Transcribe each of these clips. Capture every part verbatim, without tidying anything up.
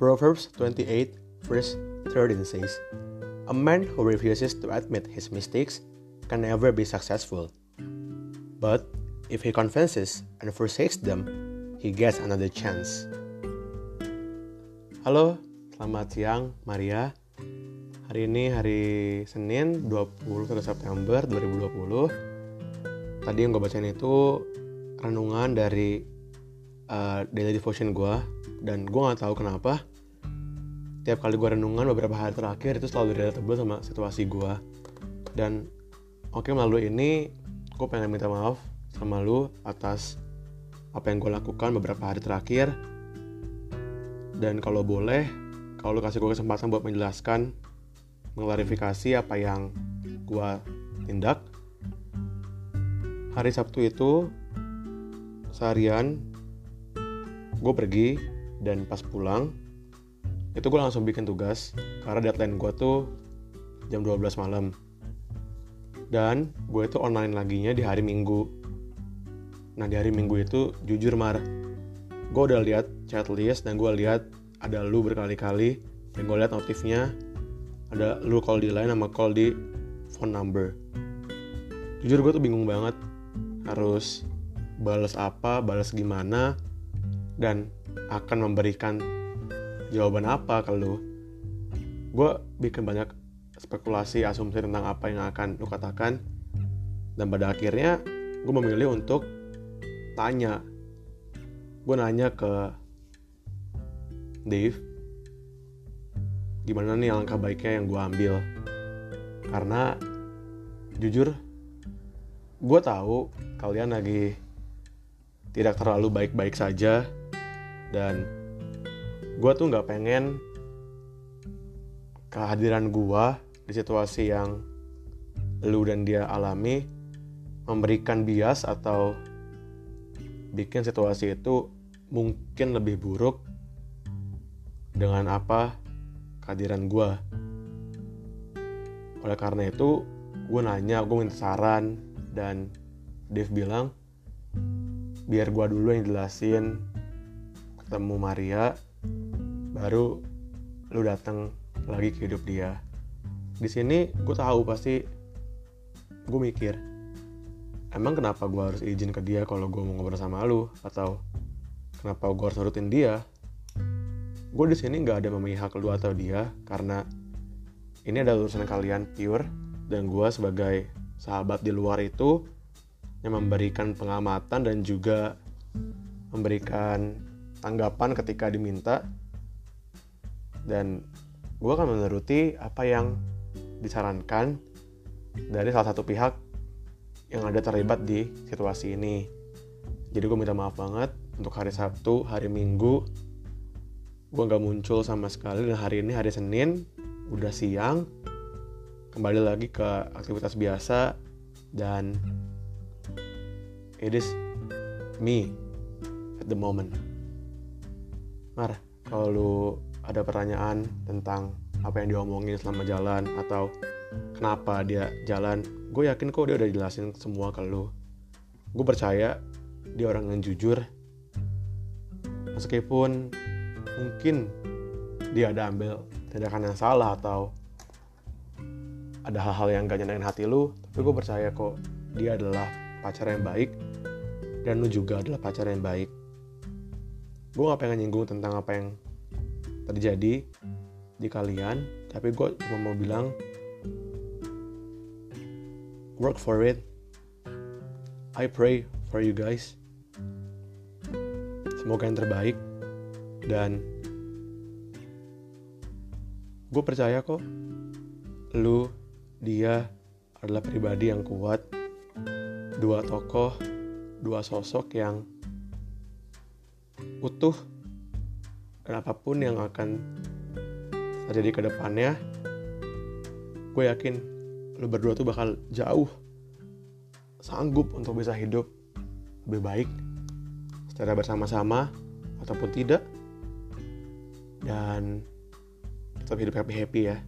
Proverbs twenty-eight verse thirteen says, "A man who refuses to admit his mistakes can never be successful. But if he confesses and forsakes them, he gets another chance." Halo, selamat siang Maria. Hari ini hari Senin dua puluh satu September dua ribu dua puluh. Tadi yang gue bacain itu renungan dari uh, daily devotion gue. Dan gue gak tahu kenapa tiap kali gue renungan beberapa hari terakhir itu selalu relatable sama situasi gue. Dan oke, melalui ini gue pengen minta maaf sama lu atas apa yang gue lakukan beberapa hari terakhir. Dan kalau boleh, kalau lu kasih gue kesempatan buat menjelaskan, mengklarifikasi apa yang gue tindak. Hari Sabtu itu seharian gue pergi, dan pas pulang itu gue langsung bikin tugas karena deadline gue tuh jam dua belas malam. Dan gue itu online laginya di hari Minggu. Nah di hari Minggu itu jujur Mar, gue udah lihat chat list dan gue lihat ada lu berkali-kali, dan gue lihat notifnya ada lu call di line sama call di phone number. Jujur gue tuh bingung banget harus balas apa, balas gimana, dan akan memberikan jawaban apa ke lu. Gue bikin banyak spekulasi, asumsi tentang apa yang akan lu katakan, dan pada akhirnya gue memilih untuk tanya. Gue nanya ke Dave, gimana nih langkah baiknya yang gue ambil. Karena jujur gue tahu kalian lagi tidak terlalu baik-baik saja, dan gue tuh gak pengen kehadiran gue di situasi yang lu dan dia alami memberikan bias atau bikin situasi itu mungkin lebih buruk dengan apa kehadiran gue. Oleh karena itu gue nanya, gue minta saran, dan Dave bilang biar gue dulu yang jelasin, ketemu Maria, baru lu datang lagi ke hidup dia. Di sini gue tahu pasti gue mikir, emang kenapa gue harus izin ke dia kalau gue mau ngobrol sama lu, atau kenapa gue harus nurutin dia? Gue di sini nggak ada memihak lu atau dia, karena ini adalah urusan kalian pure, dan gue sebagai sahabat di luar itu yang memberikan pengamatan dan juga memberikan tanggapan ketika diminta, dan gue akan menuruti apa yang disarankan dari salah satu pihak yang ada terlibat di situasi ini. Jadi gue minta maaf banget untuk hari Sabtu, hari Minggu gue gak muncul sama sekali, dan hari ini hari Senin udah siang kembali lagi ke aktivitas biasa, dan it is me at the moment. Mar, kalau lu ada pertanyaan tentang apa yang diomongin selama jalan, atau kenapa dia jalan, gue yakin kok dia udah jelasin semua ke lu. Gue percaya dia orang yang jujur, meskipun mungkin dia ada ambil tindakan yang salah atau ada hal-hal yang gak nyenengin hati lu, tapi gue percaya kok dia adalah pacar yang baik, dan lu juga adalah pacar yang baik. Gue gak pengen nyinggung tentang apa yang terjadi di kalian, tapi gue cuma mau bilang work for it. I pray for you guys, semoga yang terbaik, dan gue percaya kok lu, dia adalah pribadi yang kuat. Dua tokoh, dua sosok yang utuh, dan apapun yang akan terjadi ke depannya, gue yakin lu berdua tuh bakal jauh sanggup untuk bisa hidup lebih baik secara bersama-sama ataupun tidak, dan tetap hidup happy-happy ya.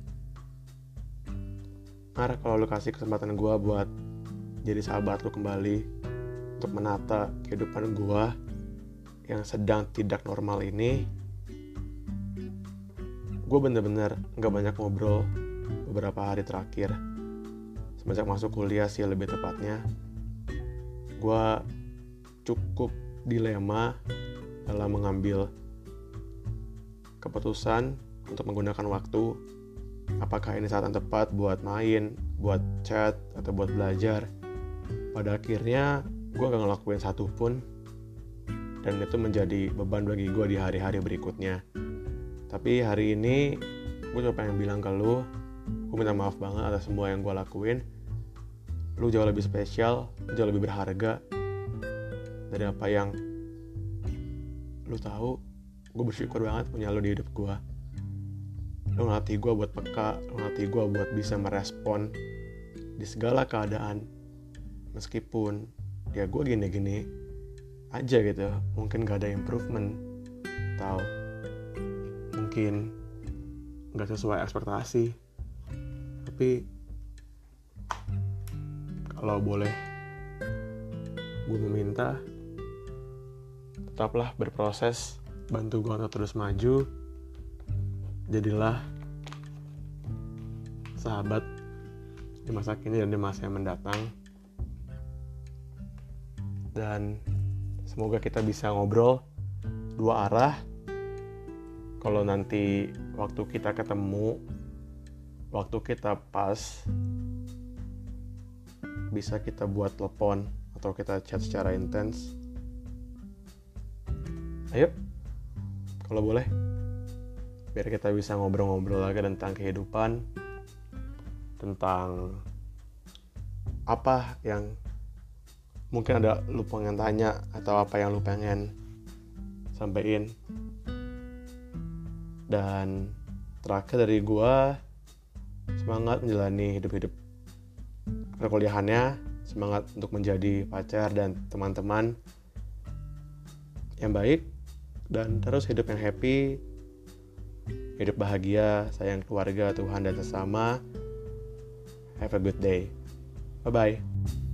Mar, kalau lu kasih kesempatan gue buat jadi sahabat lu kembali, untuk menata kehidupan gue yang sedang tidak normal ini, gue bener-bener gak banyak ngobrol beberapa hari terakhir. Semenjak masuk kuliah sih lebih tepatnya. Gue cukup dilema dalam mengambil keputusan untuk menggunakan waktu. Apakah ini saat yang tepat buat main, buat chat, atau buat belajar. Pada akhirnya gue gak ngelakuin satu pun, dan itu menjadi beban bagi gue di hari-hari berikutnya. Tapi hari ini gue cuma pengen bilang ke lu, gue minta maaf banget atas semua yang gue lakuin. Lu jauh lebih spesial, lu jauh lebih berharga dari apa yang lu tahu. Gue bersyukur banget punya lu di hidup gue. Lu ngelatih gue buat peka, lu ngelatih gue buat bisa merespon di segala keadaan. Meskipun ya gue gini-gini aja gitu, mungkin gak ada improvement, atau mungkin gak sesuai ekspektasi. Tapi kalau boleh gue meminta, tetaplah berproses, bantu gue untuk terus maju. Jadilah sahabat di masa kini dan di masa yang mendatang. Dan semoga kita bisa ngobrol dua arah. Kalau nanti waktu kita ketemu, waktu kita pas, bisa kita buat telepon atau kita chat secara intens. Ayo, kalau boleh, biar kita bisa ngobrol-ngobrol lagi tentang kehidupan, tentang apa yang mungkin ada lu pengen tanya, atau apa yang lu pengen sampein. Dan terakhir dari gua, semangat menjalani hidup-hidup perkuliahannya, semangat untuk menjadi pacar dan teman-teman yang baik, dan terus hidup yang happy, hidup bahagia, sayang keluarga, Tuhan dan sesama. Have a good day. Bye-bye.